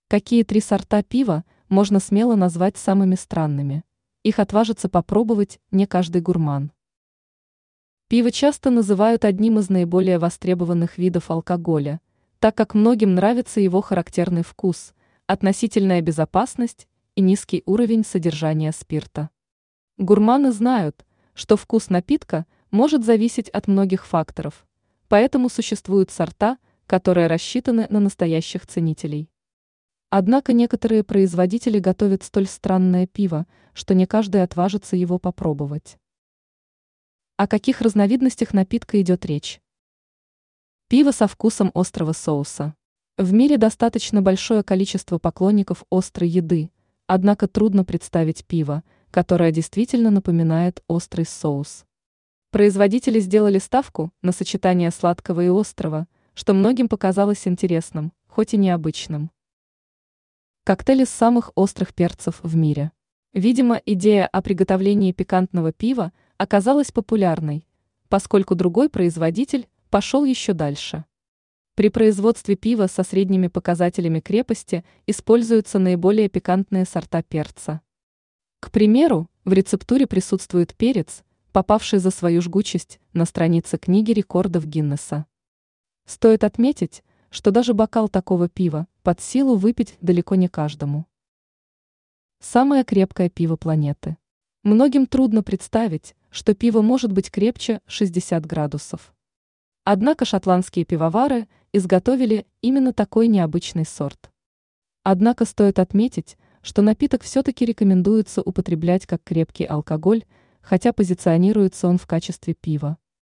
Какие три сорта пива можно смело назвать самыми странными? Их отважится попробовать не каждый гурман. Пиво часто называют одним из наиболее востребованных видов алкоголя, так как многим нравится его характерный вкус, относительная безопасность и низкий уровень содержания спирта. Гурманы знают, что вкус напитка может зависеть от многих факторов, поэтому существуют сорта, которые рассчитаны на настоящих ценителей. Однако некоторые производители готовят столь странное пиво, что не каждый отважится его попробовать. О каких разновидностях напитка идет речь? Пиво со вкусом острого соуса. В мире достаточно большое количество поклонников острой еды, однако трудно представить пиво, которое действительно напоминает острый соус. Производители сделали ставку на сочетание сладкого и острого, что многим показалось интересным, хоть и необычным. Коктейль из самых острых перцев в мире. Видимо, идея о приготовлении пикантного пива оказалась популярной, поскольку другой производитель пошел еще дальше. При производстве пива со средними показателями крепости используются наиболее пикантные сорта перца. К примеру, в рецептуре присутствует перец, попавший за свою жгучесть на странице книги рекордов Гиннесса. Стоит отметить, что даже бокал такого пива под силу выпить далеко не каждому. Самое крепкое пиво планеты. Многим трудно представить, что пиво может быть крепче 60 градусов. Однако шотландские пивовары изготовили именно такой необычный сорт. Однако стоит отметить, что напиток все-таки рекомендуется употреблять как крепкий алкоголь, хотя позиционируется он в качестве пива.